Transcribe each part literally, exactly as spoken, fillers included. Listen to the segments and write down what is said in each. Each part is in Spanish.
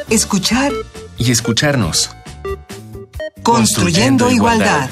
escuchar y escucharnos. Construyendo, Construyendo igualdad.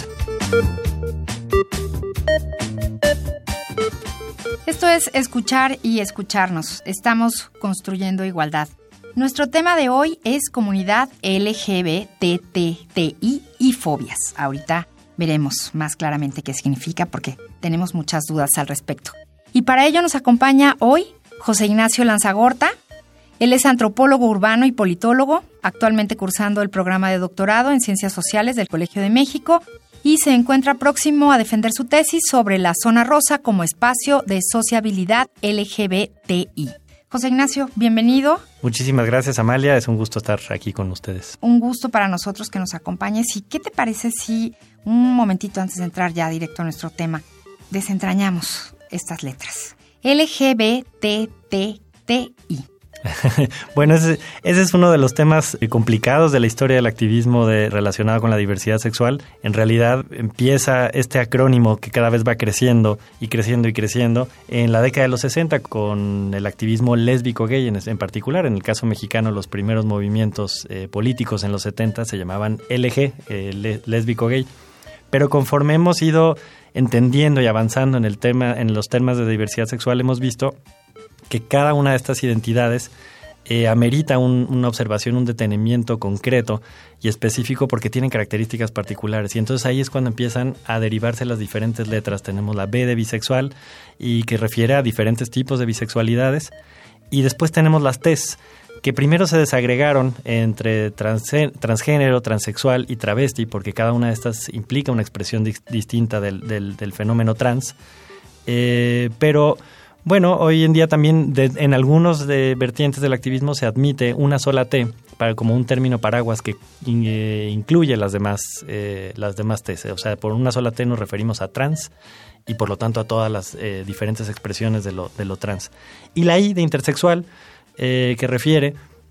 Esto es escuchar y escucharnos. Estamos construyendo igualdad. Nuestro tema de hoy es comunidad L G B T T I y fobias. Ahorita veremos más claramente qué significa porque tenemos muchas dudas al respecto. Y para ello nos acompaña hoy José Ignacio Lanzagorta. Él es antropólogo urbano y politólogo, actualmente cursando el programa de doctorado en Ciencias Sociales del Colegio de México y se encuentra próximo a defender su tesis sobre la zona rosa como espacio de sociabilidad L G B T I. José Ignacio, bienvenido. Muchísimas gracias, Amalia. Es un gusto estar aquí con ustedes. Un gusto para nosotros que nos acompañes. ¿Y qué te parece si, un momentito antes de entrar ya directo a nuestro tema, desentrañamos estas letras? L G B T T T I. Bueno, ese, ese es uno de los temas complicados de la historia del activismo de, relacionado con la diversidad sexual. En realidad empieza este acrónimo que cada vez va creciendo y creciendo y creciendo en la década de los sesenta con el activismo lésbico-gay en, en particular. En el caso mexicano, los primeros movimientos eh, políticos en los setenta se llamaban L G, eh, le, lésbico-gay. Pero conforme hemos ido entendiendo y avanzando en el tema, en los temas de diversidad sexual, hemos visto que cada una de estas identidades eh, amerita un, una observación, un detenimiento concreto y específico porque tienen características particulares. Y entonces ahí es cuando empiezan a derivarse las diferentes letras. Tenemos la B de bisexual y que refiere a diferentes tipos de bisexualidades. Y después tenemos las T's, que primero se desagregaron entre trans, transgénero, transexual y travesti, porque cada una de estas implica una expresión di- distinta del, del, del fenómeno trans. Eh, pero... Bueno, hoy en día también de, en algunos de vertientes del activismo se admite una sola T para, como un término paraguas que in, eh, incluye las demás eh, las demás T's. O sea, por una sola T nos referimos a trans y por lo tanto a todas las eh, diferentes expresiones de lo, de lo trans. Y la I de intersexual eh, que refiere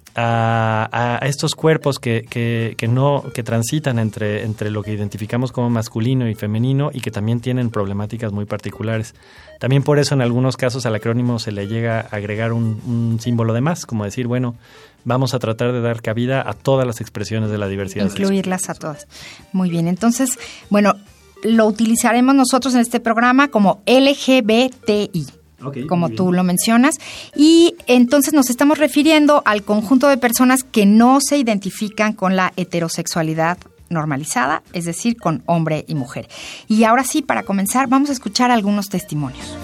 a, a estos cuerpos que, que, que no que transitan entre, entre lo que identificamos como masculino y femenino y que también tienen problemáticas muy particulares. También por eso en algunos casos al acrónimo se le llega a agregar un, un símbolo de más, como decir, bueno, vamos a tratar de dar cabida a todas las expresiones de la diversidad. Incluirlas sexual. A todas. Muy bien, entonces, bueno, lo utilizaremos nosotros en este programa como L G B T I. Okay, como tú lo mencionas, y entonces nos estamos refiriendo al conjunto de personas que no se identifican con la heterosexualidad normalizada, es decir, con hombre y mujer. Y ahora sí, para comenzar, vamos a escuchar algunos testimonios.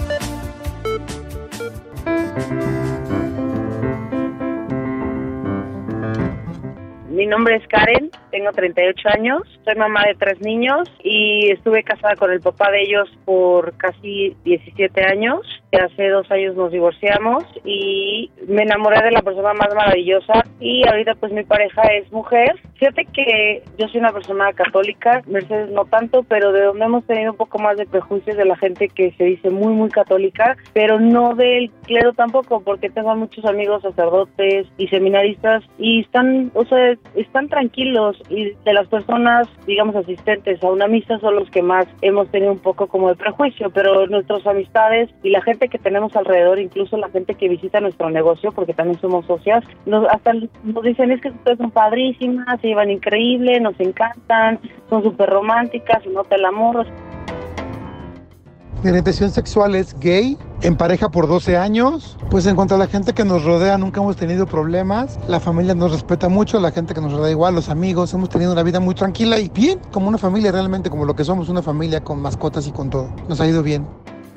Mi nombre es Karen, tengo treinta y ocho años, soy mamá de tres niños y estuve casada con el papá de ellos por casi diecisiete años. Hace dos años nos divorciamos y me enamoré de la persona más maravillosa y ahorita pues mi pareja es mujer. Fíjate que yo soy una persona católica, Mercedes no tanto, pero de donde hemos tenido un poco más de prejuicios de la gente que se dice muy muy católica, pero no del clero tampoco, porque tengo muchos amigos sacerdotes y seminaristas y están, o sea, están tranquilos, y de las personas, digamos, asistentes a una misa son los que más hemos tenido un poco como de prejuicio, pero nuestras amistades y la gente que tenemos alrededor, incluso la gente que visita nuestro negocio, porque también somos socias, nos, hasta nos dicen, es que ustedes son padrísimas, se llevan increíble, nos encantan, son súper románticas, no te la morras. Mi orientación sexual es gay, en pareja por doce años. Pues en cuanto a la gente que nos rodea, nunca hemos tenido problemas. La familia nos respeta mucho, la gente que nos rodea igual, los amigos. Hemos tenido una vida muy tranquila y bien, como una familia realmente, como lo que somos, una familia con mascotas y con todo. Nos ha ido bien.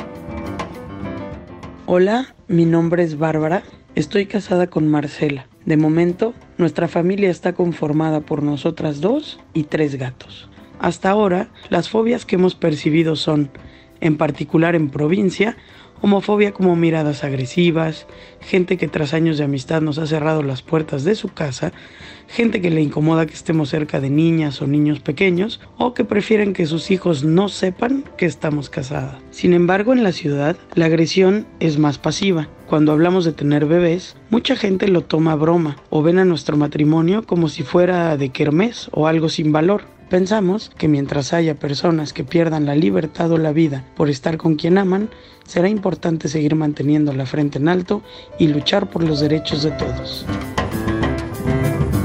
Hola, mi nombre es Bárbara. Estoy casada con Marcela. De momento, nuestra familia está conformada por nosotras dos y tres gatos. Hasta ahora, las fobias que hemos percibido son, en particular en provincia, homofobia como miradas agresivas, gente que tras años de amistad nos ha cerrado las puertas de su casa, gente que le incomoda que estemos cerca de niñas o niños pequeños o que prefieren que sus hijos no sepan que estamos casadas. Sin embargo, en la ciudad, la agresión es más pasiva. Cuando hablamos de tener bebés, mucha gente lo toma a broma o ven a nuestro matrimonio como si fuera de kermés o algo sin valor. Pensamos que mientras haya personas que pierdan la libertad o la vida por estar con quien aman, será importante seguir manteniendo la frente en alto y luchar por los derechos de todos.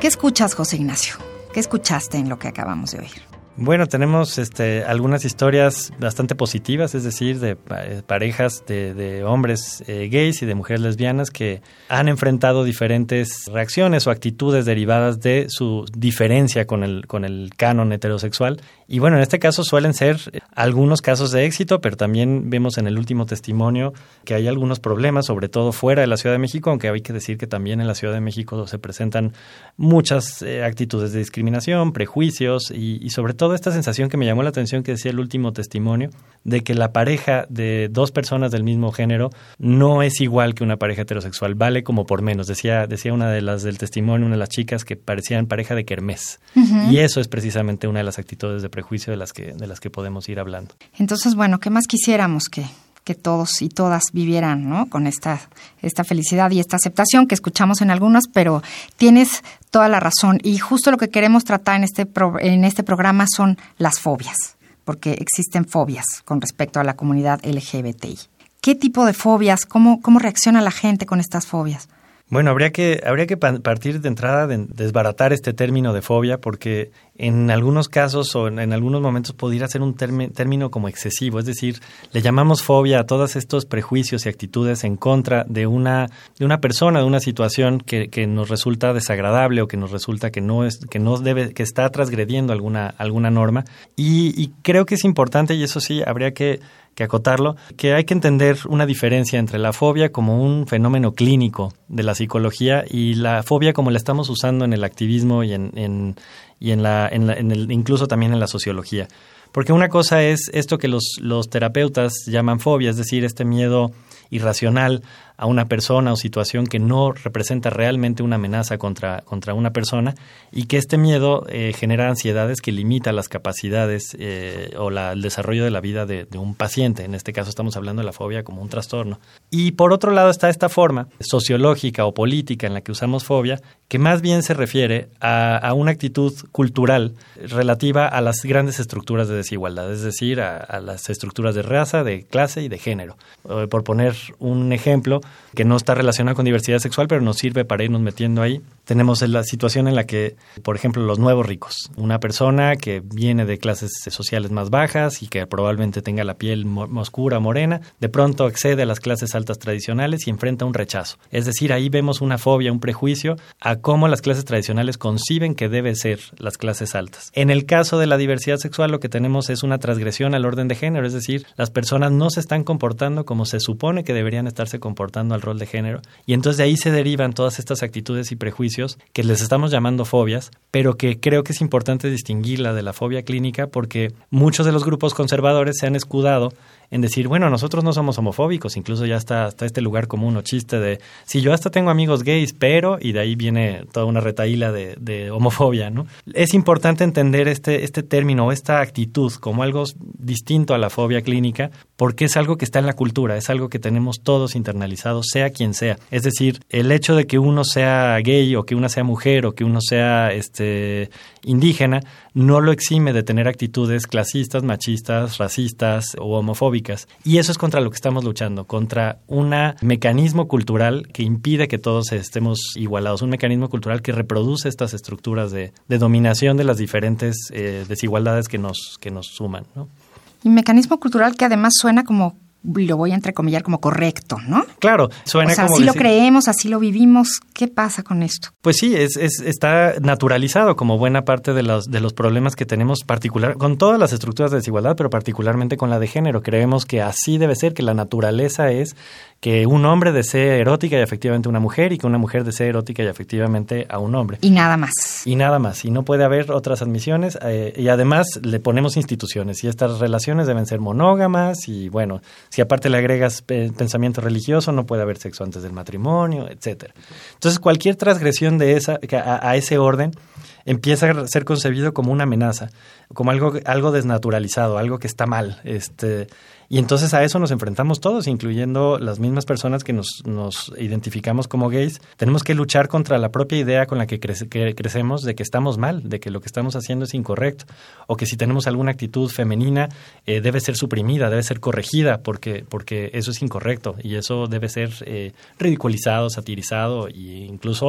¿Qué escuchas, José Ignacio? ¿Qué escuchaste en lo que acabamos de oír? Bueno, tenemos este, algunas historias bastante positivas, es decir, de parejas de, de hombres eh, gays y de mujeres lesbianas que han enfrentado diferentes reacciones o actitudes derivadas de su diferencia con el, con el canon heterosexual. Y bueno, en este caso suelen ser algunos casos de éxito, pero también vemos en el último testimonio que hay algunos problemas, sobre todo fuera de la Ciudad de México, aunque hay que decir que también en la Ciudad de México se presentan muchas eh, actitudes de discriminación, prejuicios y, y sobre todo esta sensación que me llamó la atención que decía el último testimonio, de que la pareja de dos personas del mismo género no es igual que una pareja heterosexual, vale como por menos. Decía, decía una de las del testimonio, una de las chicas, que parecían pareja de kermés. Uh-huh. Y eso es precisamente una de las actitudes de prejuicio de las que, de las que podemos ir hablando. Entonces, bueno, ¿qué más quisiéramos que... que todos y todas vivieran, ¿no? Con esta, esta felicidad y esta aceptación que escuchamos en algunos, pero tienes toda la razón. Y justo lo que queremos tratar en este, pro, en este programa son las fobias, porque existen fobias con respecto a la comunidad L G B T I. ¿Qué tipo de fobias? ¿Cómo, cómo reacciona la gente con estas fobias? Bueno, habría que habría que partir de entrada de desbaratar este término de fobia, porque en algunos casos o en, en algunos momentos podría ser un termi- término como excesivo, es decir, le llamamos fobia a todos estos prejuicios y actitudes en contra de una de una persona, de una situación que, que nos resulta desagradable o que nos resulta que no es que no debe que está transgrediendo alguna alguna norma y, y creo que es importante, y eso sí habría que que acotarlo, que hay que entender una diferencia entre la fobia como un fenómeno clínico de la psicología y la fobia como la estamos usando en el activismo y en, en y en la, en la en el, incluso también en la sociología. Porque una cosa es esto que los, los terapeutas llaman fobia, es decir, este miedo irracional a una persona o situación que no representa realmente una amenaza contra, contra una persona y que este miedo eh, genera ansiedades que limita las capacidades eh, o la, el desarrollo de la vida de, de un paciente. En este caso estamos hablando de la fobia como un trastorno. Y por otro lado está esta forma sociológica o política en la que usamos fobia, que más bien se refiere a, a una actitud cultural relativa a las grandes estructuras de desigualdad, es decir, a, a las estructuras de raza, de clase y de género. Eh, por poner un ejemplo que no está relacionado con diversidad sexual, pero nos sirve para irnos metiendo ahí. Tenemos la situación en la que, por ejemplo, los nuevos ricos, una persona que viene de clases sociales más bajas y que probablemente tenga la piel mo- oscura, morena, de pronto accede a las clases altas tradicionales y enfrenta un rechazo. Es decir, ahí vemos una fobia, un prejuicio a cómo las clases tradicionales conciben que deben ser las clases altas. En el caso de la diversidad sexual, lo que tenemos es una transgresión al orden de género, es decir, las personas no se están comportando como se supone que deberían estarse comportando al rol de género, y entonces de ahí se derivan todas estas actitudes y prejuicios que les estamos llamando fobias, pero que creo que es importante distinguirla de la fobia clínica porque muchos de los grupos conservadores se han escudado en decir, bueno, nosotros no somos homofóbicos, incluso ya está, está este lugar común o chiste de, si yo hasta tengo amigos gays, pero, y de ahí viene toda una retahíla de, de homofobia, ¿no? Es importante entender este, este término o esta actitud como algo distinto a la fobia clínica, porque es algo que está en la cultura, es algo que tenemos todos internalizados, sea quien sea. Es decir, el hecho de que uno sea gay o que una sea mujer o que uno sea este indígena, no lo exime de tener actitudes clasistas, machistas, racistas o homofóbicas. Y eso es contra lo que estamos luchando, contra un mecanismo cultural que impide que todos estemos igualados, un mecanismo cultural que reproduce estas estructuras de, de dominación de las diferentes eh, desigualdades que nos, que nos suman, ¿no? Y mecanismo cultural que además suena como, lo voy a entrecomillar, como correcto, ¿no? Claro, suena o sea, como... así decir, lo creemos, así lo vivimos. ¿Qué pasa con esto? Pues sí, es, es, está naturalizado como buena parte de los, de los problemas que tenemos, particular con todas las estructuras de desigualdad, pero particularmente con la de género. Creemos que así debe ser, que la naturaleza es que un hombre desee erótica y afectivamente a una mujer y que una mujer desee erótica y afectivamente a un hombre. Y nada más. Y nada más. Y no puede haber otras admisiones. Eh, y además le ponemos instituciones y estas relaciones deben ser monógamas y bueno, si aparte le agregas pe- pensamiento religioso, no puede haber sexo antes del matrimonio, etcétera. Entonces, cualquier transgresión de esa a, a ese orden empieza a ser concebido como una amenaza, como algo, algo desnaturalizado, algo que está mal. Este, y entonces a eso nos enfrentamos todos, incluyendo las mismas personas que nos, nos identificamos como gays. Tenemos que luchar contra la propia idea con la que, crece, que crecemos de que estamos mal, de que lo que estamos haciendo es incorrecto, o que si tenemos alguna actitud femenina eh, debe ser suprimida, debe ser corregida, porque, porque eso es incorrecto y eso debe ser eh, ridiculizado, satirizado e incluso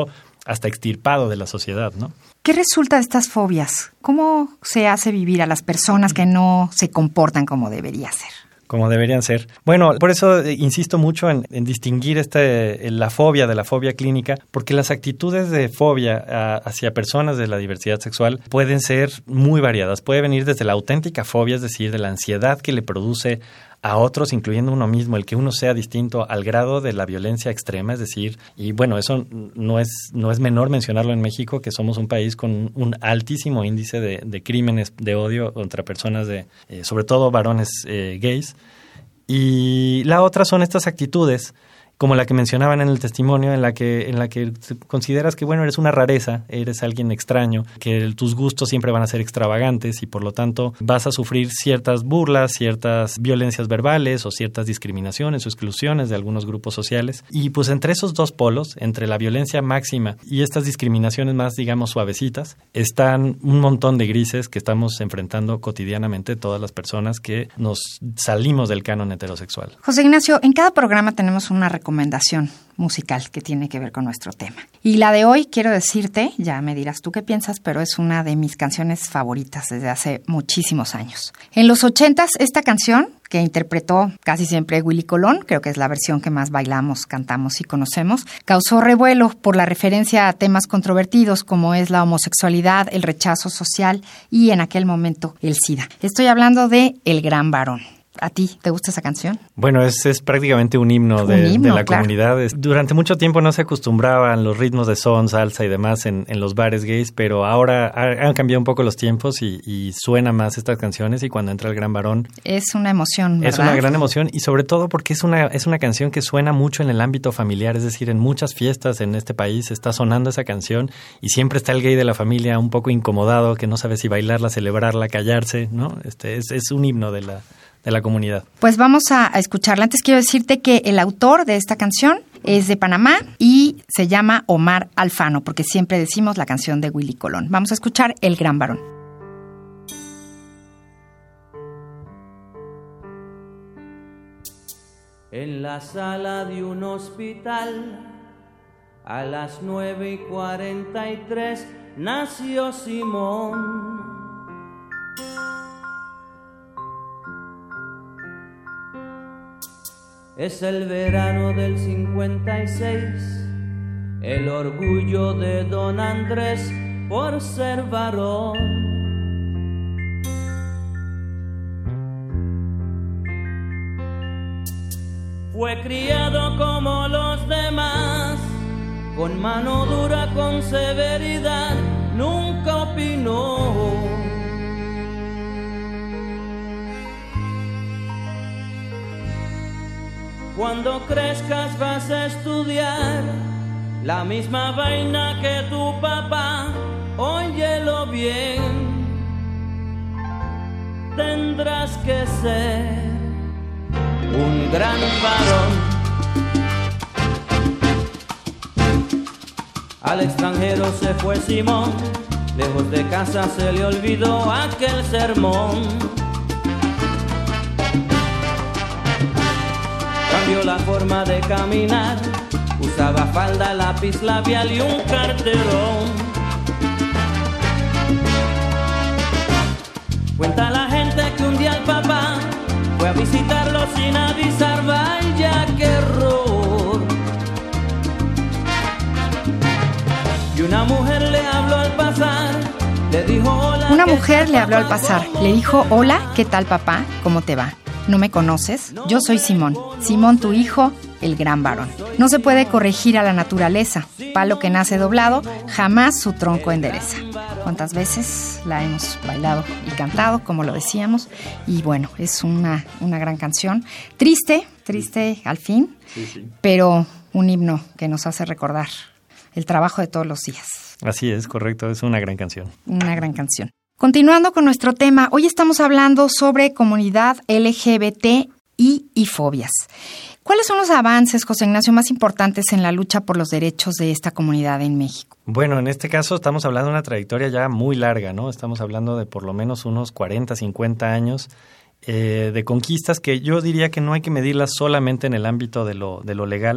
hasta extirpado de la sociedad, ¿no? ¿Qué resulta de estas fobias? ¿Cómo se hace vivir a las personas que no se comportan como debería ser? Como deberían ser. Bueno, por eso eh, insisto mucho en, en distinguir este, la fobia de la fobia clínica, porque las actitudes de fobia a, hacia personas de la diversidad sexual pueden ser muy variadas. Puede venir desde la auténtica fobia, es decir, de la ansiedad que le produce a otros, incluyendo uno mismo, el que uno sea distinto, al grado de la violencia extrema, es decir, y bueno, eso no es no es menor mencionarlo en México, que somos un país con un altísimo índice de, de crímenes de odio contra personas de, eh, sobre todo varones eh, gays. Y la otra son estas actitudes, como la que mencionaban en el testimonio, en la que en la que consideras que, bueno, eres una rareza, eres alguien extraño, que tus gustos siempre van a ser extravagantes y por lo tanto vas a sufrir ciertas burlas, ciertas violencias verbales o ciertas discriminaciones o exclusiones de algunos grupos sociales. Y pues entre esos dos polos, entre la violencia máxima y estas discriminaciones más, digamos, suavecitas, están un montón de grises que estamos enfrentando cotidianamente todas las personas que nos salimos del canon heterosexual. José Ignacio, en cada programa tenemos una recomendación recomendación musical que tiene que ver con nuestro tema. Y la de hoy, quiero decirte, ya me dirás tú qué piensas, pero es una de mis canciones favoritas desde hace muchísimos años. En los ochentas, esta canción, que interpretó casi siempre Willy Colón, creo que es la versión que más bailamos, cantamos y conocemos, causó revuelo por la referencia a temas controvertidos como es la homosexualidad, el rechazo social y en aquel momento el SIDA. Estoy hablando de El Gran Varón. ¿A ti te gusta esa canción? Bueno, es, es prácticamente un himno, un de, himno de la claro. comunidad. Durante mucho tiempo no se acostumbraban los ritmos de son, salsa y demás en, en los bares gays, pero ahora ha, han cambiado un poco los tiempos y, y suena más estas canciones y cuando entra El Gran Varón... Es una emoción, ¿verdad? Es una gran emoción y sobre todo porque es una, es una canción que suena mucho en el ámbito familiar, es decir, en muchas fiestas en este país está sonando esa canción y siempre está el gay de la familia un poco incomodado, que no sabe si bailarla, celebrarla, callarse, ¿no? Este es, es un himno de la... de la comunidad. Pues vamos a, a escucharla. Antes quiero decirte que el autor de esta canción es de Panamá y se llama Omar Alfano, porque siempre decimos la canción de Willy Colón. Vamos a escuchar El Gran Varón. En la sala de un hospital, a las nueve y cuarenta y tres, nació Simón. Es el verano del cincuenta y seis, el orgullo de don Andrés por ser varón. Fue criado como los demás, con mano dura, con severidad, nunca opinó. Cuando crezcas vas a estudiar la misma vaina que tu papá, óyelo bien. Tendrás que ser un gran varón. Al extranjero se fue Simón, lejos de casa se le olvidó aquel sermón. Cambió la forma de caminar, usaba falda, lápiz labial y un carterón. Cuenta la gente que un día el papá fue a visitarlo sin avisar, vaya qué error. Y una mujer le habló al pasar, le dijo hola. Una mujer le habló al pasar, le dijo hola, ¿qué tal papá? ¿Cómo te va? ¿No me conoces? Yo soy Simón, Simón tu hijo, el gran varón. No se puede corregir a la naturaleza, palo que nace doblado, jamás su tronco endereza. ¿Cuántas veces la hemos bailado y cantado, como lo decíamos? Y bueno, es una, una gran canción, triste, triste al fin, sí, sí. Pero un himno que nos hace recordar el trabajo de todos los días. Así es, correcto, es una gran canción. Una gran canción. Continuando con nuestro tema, hoy estamos hablando sobre comunidad L G B T I y fobias. ¿Cuáles son los avances, José Ignacio, más importantes en la lucha por los derechos de esta comunidad en México? Bueno, en este caso estamos hablando de una trayectoria ya muy larga, ¿no? Estamos hablando de por lo menos unos cuarenta, cincuenta años eh, de conquistas que yo diría que no hay que medirlas solamente en el ámbito de lo, de lo legal.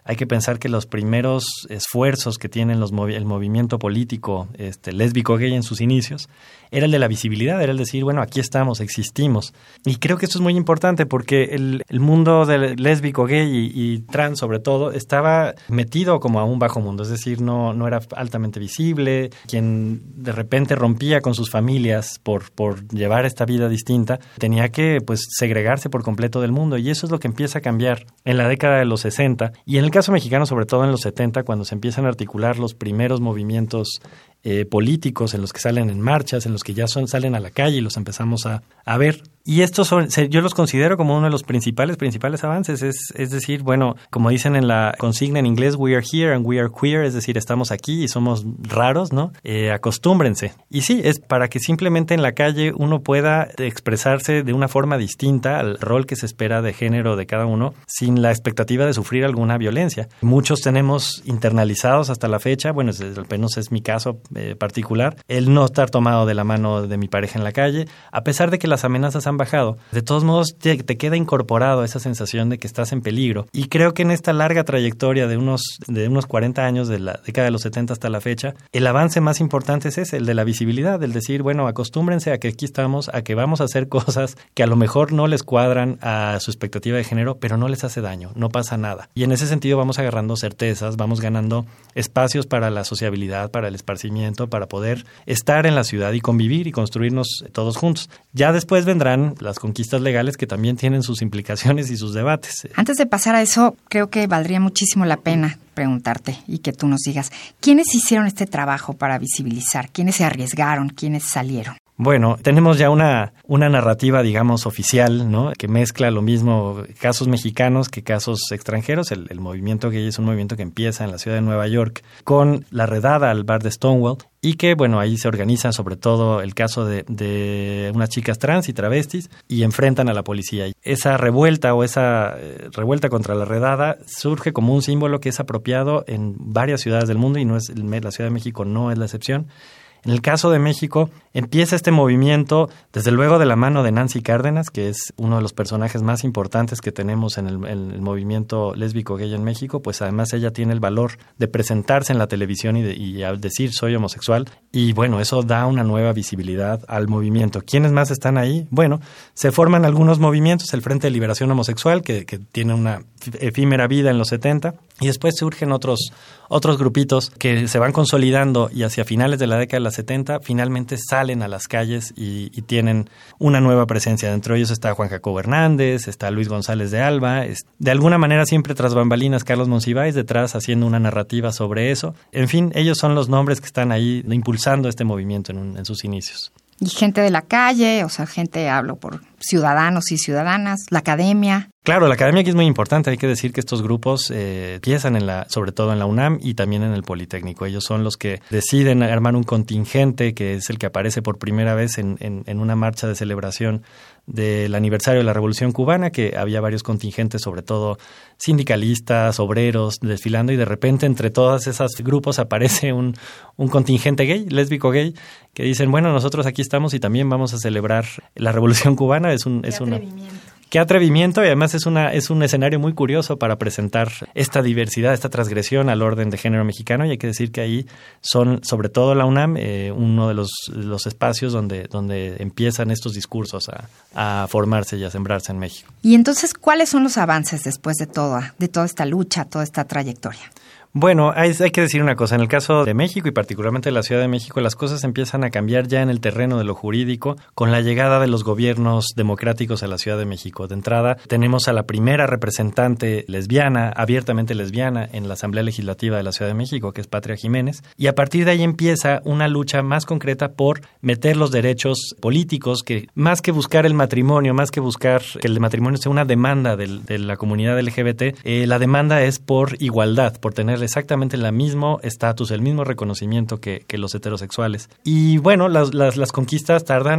hay que pensar que los primeros esfuerzos que tienen los movi- el movimiento político este, lésbico-gay en sus inicios era el de la visibilidad, era el decir, bueno, aquí estamos, existimos. Y creo que esto es muy importante porque el, el mundo del lésbico, gay y, y trans, sobre todo, estaba metido como a un bajo mundo, es decir, no, no era altamente visible. Quien de repente rompía con sus familias por, por llevar esta vida distinta, tenía que pues segregarse por completo del mundo, y eso es lo que empieza a cambiar en la década de los sesenta, y en el caso mexicano, sobre todo en los setenta, cuando se empiezan a articular los primeros movimientos Eh, políticos, en los que salen en marchas, en los que ya son salen a la calle y los empezamos a, a ver. Y estos son, yo los considero como uno de los principales, principales avances. Es, es decir, bueno, como dicen en la consigna en inglés, we are here and we are queer, es decir, estamos aquí y somos raros, ¿no? Eh, acostúmbrense. Y sí, es para que simplemente en la calle uno pueda expresarse de una forma distinta al rol que se espera de género de cada uno, sin la expectativa de sufrir alguna violencia. Muchos tenemos internalizados hasta la fecha, bueno, al menos es mi caso eh, particular, el no estar tomado de la mano de mi pareja en la calle, a pesar de que las amenazas han bajado. De todos modos, te, te queda incorporado esa sensación de que estás en peligro. Y creo que en esta larga trayectoria de unos, de unos cuarenta años, de la década de los setenta hasta la fecha, el avance más importante es ese, el de la visibilidad, el decir, bueno, acostúmbrense a que aquí estamos, a que vamos a hacer cosas que a lo mejor no les cuadran a su expectativa de género, pero no les hace daño, no pasa nada. Y en ese sentido vamos agarrando certezas, vamos ganando espacios para la sociabilidad, para el esparcimiento, para poder estar en la ciudad y convivir y construirnos todos juntos. Ya después vendrán las conquistas legales, que también tienen sus implicaciones y sus debates. Antes de pasar a eso, creo que valdría muchísimo la pena preguntarte y que tú nos digas, ¿quiénes hicieron este trabajo para visibilizar? ¿Quiénes se arriesgaron? ¿Quiénes salieron? Bueno, tenemos ya una, una narrativa, digamos, oficial, ¿no?, que mezcla lo mismo casos mexicanos que casos extranjeros. El, el movimiento gay es un movimiento que empieza en la ciudad de Nueva York con la redada al bar de Stonewall, y que, bueno, ahí se organiza sobre todo el caso de, de unas chicas trans y travestis y enfrentan a la policía. Esa revuelta o esa eh, revuelta contra la redada surge como un símbolo que es apropiado en varias ciudades del mundo, y no es la Ciudad de México no es la excepción. En el caso de México, empieza este movimiento, desde luego de la mano de Nancy Cárdenas, que es uno de los personajes más importantes que tenemos en el, en el movimiento lésbico gay en México, pues además ella tiene el valor de presentarse en la televisión y, de, y al decir soy homosexual, y bueno, eso da una nueva visibilidad al movimiento. ¿Quiénes más están ahí? Bueno, se forman algunos movimientos, el Frente de Liberación Homosexual, que, que tiene una efímera vida en los setenta, y después surgen otros, otros grupitos que se van consolidando, y hacia finales de la década de la setenta finalmente salen a las calles y, y tienen una nueva presencia. Dentro de ellos está Juan Jacobo Hernández, está Luis González de Alba, es, de alguna manera siempre tras bambalinas Carlos Monsiváis detrás haciendo una narrativa sobre eso. En fin, ellos son los nombres que están ahí impulsando este movimiento en, un, en sus inicios. Y gente de la calle, o sea, gente, hablo por ciudadanos y ciudadanas, la academia. Claro, la academia aquí es muy importante. Hay que decir que estos grupos eh, empiezan en la, sobre todo en la UNAM y también en el Politécnico. Ellos son los que deciden armar un contingente que es el que aparece por primera vez en, en, en una marcha de celebración del aniversario de la Revolución Cubana, que había varios contingentes, sobre todo sindicalistas, obreros, desfilando, y de repente entre todos esos grupos aparece un, un contingente gay, lésbico gay, que dicen, bueno, nosotros aquí estamos y también vamos a celebrar la Revolución Cubana. Es un, es una Qué atrevimiento, y además es una es un escenario muy curioso para presentar esta diversidad, esta transgresión al orden de género mexicano, y hay que decir que ahí son, sobre todo la UNAM, eh, uno de los, los espacios donde, donde empiezan estos discursos a, a formarse y a sembrarse en México. Y entonces, ¿cuáles son los avances después de toda, de toda esta lucha, toda esta trayectoria? Bueno, hay, hay que decir una cosa. En el caso de México y particularmente de la Ciudad de México, las cosas empiezan a cambiar ya en el terreno de lo jurídico con la llegada de los gobiernos democráticos a la Ciudad de México. De entrada, tenemos a la primera representante lesbiana, abiertamente lesbiana, en la Asamblea Legislativa de la Ciudad de México, que es Patria Jiménez, y a partir de ahí empieza una lucha más concreta por meter los derechos políticos, que más que buscar el matrimonio, más que buscar que el matrimonio sea una demanda del, de la comunidad L G B T, eh, la demanda es por igualdad, por tener exactamente el mismo estatus, el mismo reconocimiento que, que los heterosexuales. Y bueno, las, las, las conquistas tardan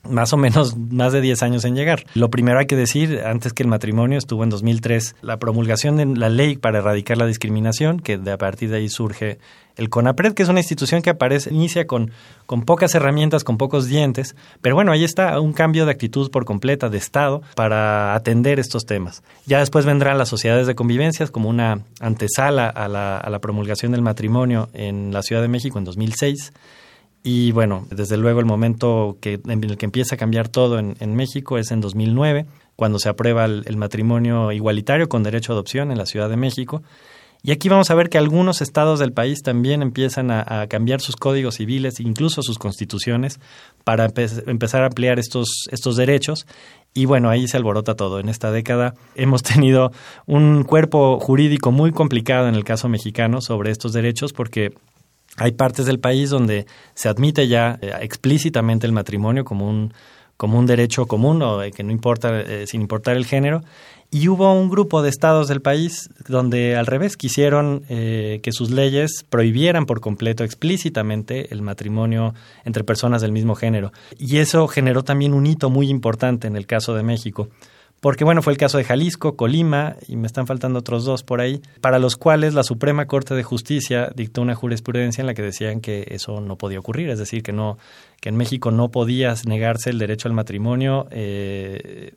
más o menos más de diez años en llegar. Lo primero hay que decir, antes que el matrimonio, estuvo en dos mil tres la promulgación de la ley para erradicar la discriminación, que de a partir de ahí surge el CONAPRED, que es una institución que aparece, inicia con, con pocas herramientas, con pocos dientes, pero bueno, ahí está un cambio de actitud por completa de Estado para atender estos temas. Ya después vendrán las sociedades de convivencias como una antesala a la, a la promulgación del matrimonio en la Ciudad de México en dos mil seis. Y bueno, desde luego el momento que, en el que empieza a cambiar todo en, en México es en dos mil nueve, cuando se aprueba el, el matrimonio igualitario con derecho a adopción en la Ciudad de México. Y aquí vamos a ver que algunos estados del país también empiezan a, a cambiar sus códigos civiles, incluso sus constituciones, para empe- empezar a ampliar estos, estos derechos. Y bueno, ahí se alborota todo. En esta década hemos tenido un cuerpo jurídico muy complicado en el caso mexicano sobre estos derechos, porque hay partes del país donde se admite ya eh, explícitamente el matrimonio como un, como un derecho común, o eh, que no importa, eh, sin importar el género. Y hubo un grupo de estados del país donde al revés quisieron eh, que sus leyes prohibieran por completo explícitamente el matrimonio entre personas del mismo género. Y eso generó también un hito muy importante en el caso de México. Porque, bueno, fue el caso de Jalisco, Colima, y me están faltando otros dos por ahí, para los cuales la Suprema Corte de Justicia dictó una jurisprudencia en la que decían que eso no podía ocurrir, es decir, que no, que en México no podía negarse el derecho al matrimonio eh,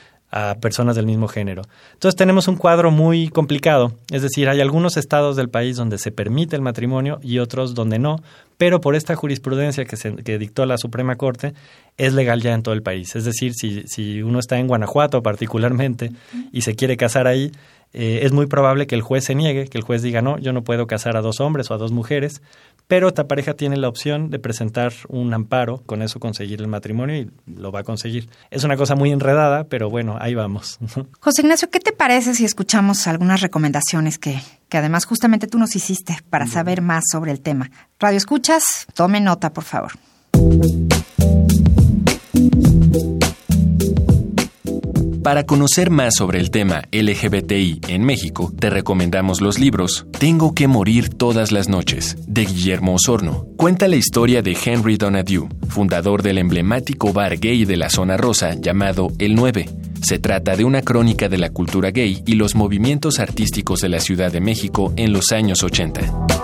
a personas del mismo género. Entonces tenemos un cuadro muy complicado, es decir, hay algunos estados del país donde se permite el matrimonio y otros donde no, pero por esta jurisprudencia que, se, que dictó la Suprema Corte es legal ya en todo el país. Es decir, si, si uno está en Guanajuato particularmente y se quiere casar ahí, eh, es muy probable que el juez se niegue, que el juez diga no, yo no puedo casar a dos hombres o a dos mujeres, pero esta pareja tiene la opción de presentar un amparo, con eso conseguir el matrimonio y lo va a conseguir. Es una cosa muy enredada, pero bueno, ahí vamos. José Ignacio, ¿qué te parece si escuchamos algunas recomendaciones que, que además justamente tú nos hiciste para saber más sobre el tema? Radio Escuchas, tome nota, por favor. Para conocer más sobre el tema L G B T I en México, te recomendamos los libros Tengo que morir todas las noches, de Guillermo Osorno. Cuenta la historia de Henry Donadieu, fundador del emblemático bar gay de la Zona Rosa llamado El nueve. Se trata de una crónica de la cultura gay y los movimientos artísticos de la Ciudad de México en los años ochenta.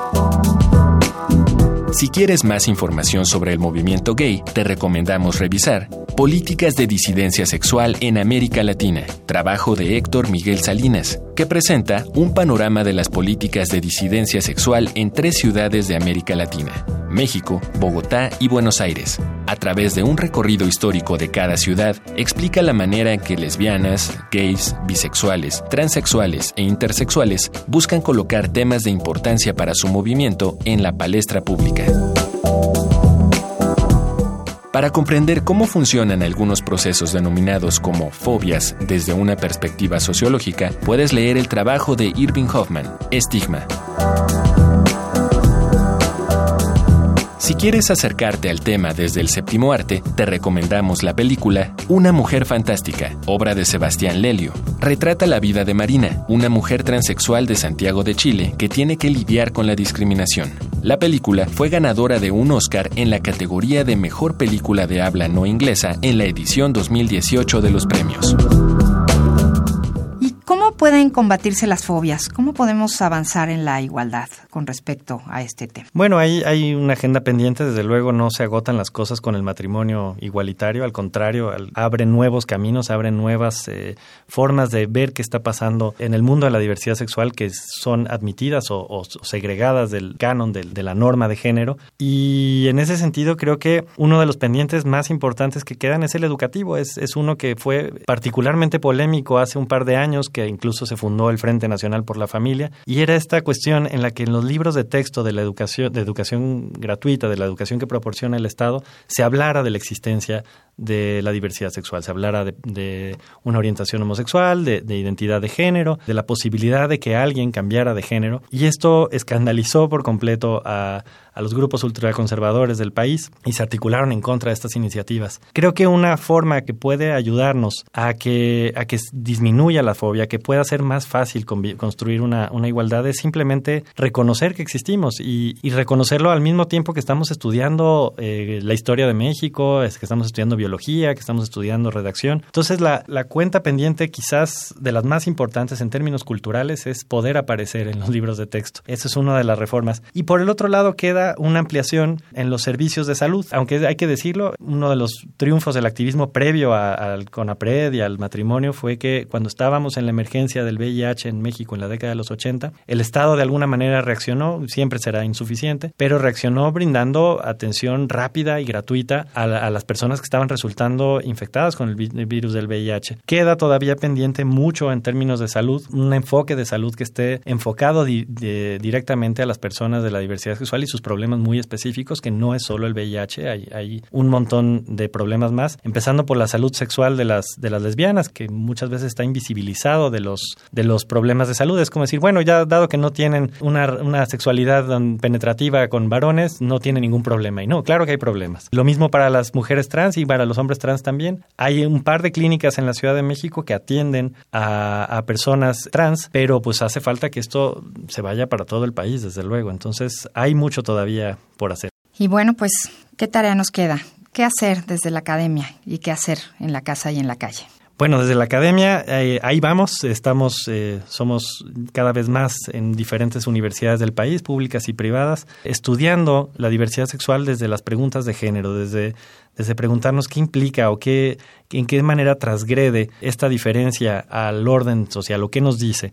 Si quieres más información sobre el movimiento gay, te recomendamos revisar Políticas de disidencia sexual en América Latina, trabajo de Héctor Miguel Salinas, que presenta un panorama de las políticas de disidencia sexual en tres ciudades de América Latina, México, Bogotá y Buenos Aires. A través de un recorrido histórico de cada ciudad, explica la manera en que lesbianas, gays, bisexuales, transexuales e intersexuales buscan colocar temas de importancia para su movimiento en la palestra pública. Para comprender cómo funcionan algunos procesos denominados como fobias desde una perspectiva sociológica, puedes leer el trabajo de Irving Hoffman, Estigma. Si quieres acercarte al tema desde el séptimo arte, te recomendamos la película Una mujer fantástica, obra de Sebastián Lelio. Retrata la vida de Marina, una mujer transexual de Santiago de Chile que tiene que lidiar con la discriminación. La película fue ganadora de un Oscar en la categoría de Mejor Película de Habla No Inglesa en la edición dos mil dieciocho de los premios. ¿Cómo pueden combatirse las fobias? ¿Cómo podemos avanzar en la igualdad con respecto a este tema? Bueno, hay, hay una agenda pendiente. Desde luego no se agotan las cosas con el matrimonio igualitario. Al contrario, al, abren nuevos caminos, abren nuevas eh, formas de ver qué está pasando en el mundo de la diversidad sexual que son admitidas o, o segregadas del canon, de, de la norma de género. Y en ese sentido creo que uno de los pendientes más importantes que quedan es el educativo. Es, es uno que fue particularmente polémico hace un par de años, que incluso se fundó el Frente Nacional por la Familia, y era esta cuestión en la que en los libros de texto de la educación, de educación gratuita, de la educación que proporciona el Estado, se hablara de la existencia de la diversidad sexual, se hablara de, de una orientación homosexual, de, de identidad de género, de la posibilidad de que alguien cambiara de género, y esto escandalizó por completo a, a los grupos ultraconservadores del país y se articularon en contra de estas iniciativas. Creo que una forma que puede ayudarnos a que, a que disminuya la fobia, que pueda ser más fácil convi- construir una, una igualdad, es simplemente reconocer que existimos y, y reconocerlo al mismo tiempo que estamos estudiando eh, la historia de México, es que estamos estudiando biología, biología, que estamos estudiando redacción. Entonces, la, la cuenta pendiente quizás de las más importantes en términos culturales es poder aparecer en los libros de texto. Esa es una de las reformas. Y por el otro lado queda una ampliación en los servicios de salud. Aunque hay que decirlo, uno de los triunfos del activismo previo a, al CONAPRED y al matrimonio fue que cuando estábamos en la emergencia del V I H en México en la década de los ochenta, el Estado de alguna manera reaccionó, siempre será insuficiente, pero reaccionó brindando atención rápida y gratuita a, la, a las personas que estaban resultando infectadas con el, vi- el virus del V I H. Queda todavía pendiente mucho en términos de salud, un enfoque de salud que esté enfocado di- de, directamente a las personas de la diversidad sexual y sus problemas muy específicos, que no es solo el V I H, hay, hay un montón de problemas más, empezando por la salud sexual de las, de las lesbianas, que muchas veces está invisibilizado de los, de los problemas de salud. Es como decir, bueno, ya dado que no tienen una, una sexualidad penetrativa con varones, no tienen ningún problema. Y no, claro que hay problemas. Lo mismo para las mujeres trans y para los hombres trans también. Hay un par de clínicas en la Ciudad de México que atienden a, a personas trans, pero pues hace falta que esto se vaya para todo el país, desde luego. Entonces, hay mucho todavía por hacer. Y bueno, pues, ¿qué tarea nos queda? ¿Qué hacer desde la academia y qué hacer en la casa y en la calle? Bueno, desde la academia, eh, ahí vamos, estamos, eh, somos cada vez más en diferentes universidades del país, públicas y privadas, estudiando la diversidad sexual desde las preguntas de género, desde, desde preguntarnos qué implica o qué, en qué manera transgrede esta diferencia al orden social o qué nos dice.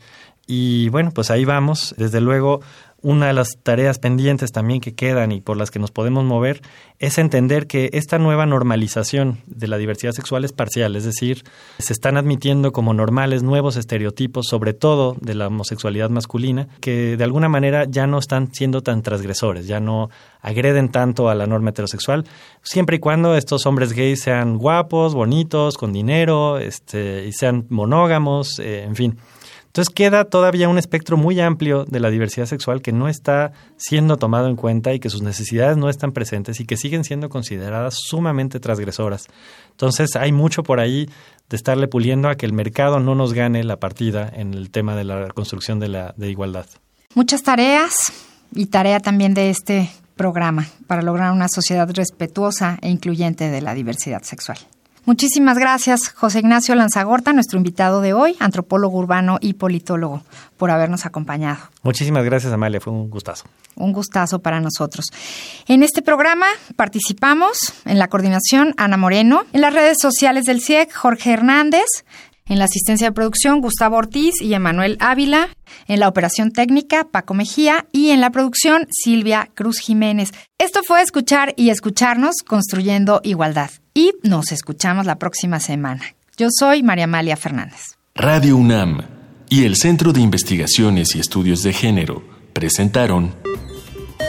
Y bueno, pues ahí vamos. Desde luego, una de las tareas pendientes también que quedan y por las que nos podemos mover es entender que esta nueva normalización de la diversidad sexual es parcial, es decir, se están admitiendo como normales nuevos estereotipos, sobre todo de la homosexualidad masculina, que de alguna manera ya no están siendo tan transgresores, ya no agreden tanto a la norma heterosexual, siempre y cuando estos hombres gays sean guapos, bonitos, con dinero, este, y sean monógamos, eh, en fin. Entonces queda todavía un espectro muy amplio de la diversidad sexual que no está siendo tomado en cuenta y que sus necesidades no están presentes y que siguen siendo consideradas sumamente transgresoras. Entonces hay mucho por ahí de estarle puliendo a que el mercado no nos gane la partida en el tema de la construcción de la de igualdad. Muchas tareas y tarea también de este programa para lograr una sociedad respetuosa e incluyente de la diversidad sexual. Muchísimas gracias, José Ignacio Lanzagorta, nuestro invitado de hoy, antropólogo urbano y politólogo, por habernos acompañado. Muchísimas gracias, Amalia, fue un gustazo. Un gustazo para nosotros. En este programa participamos en la coordinación Ana Moreno, en las redes sociales del C I E C Jorge Hernández, en la asistencia de producción Gustavo Ortiz y Emanuel Ávila, en la operación técnica Paco Mejía y en la producción Silvia Cruz Jiménez. Esto fue Escuchar y Escucharnos, Construyendo Igualdad. Y nos escuchamos la próxima semana. Yo soy María Amalia Fernández. Radio UNAM y el Centro de Investigaciones y Estudios de Género presentaron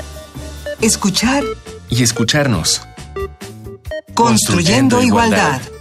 Escuchar y Escucharnos. Construyendo Igualdad.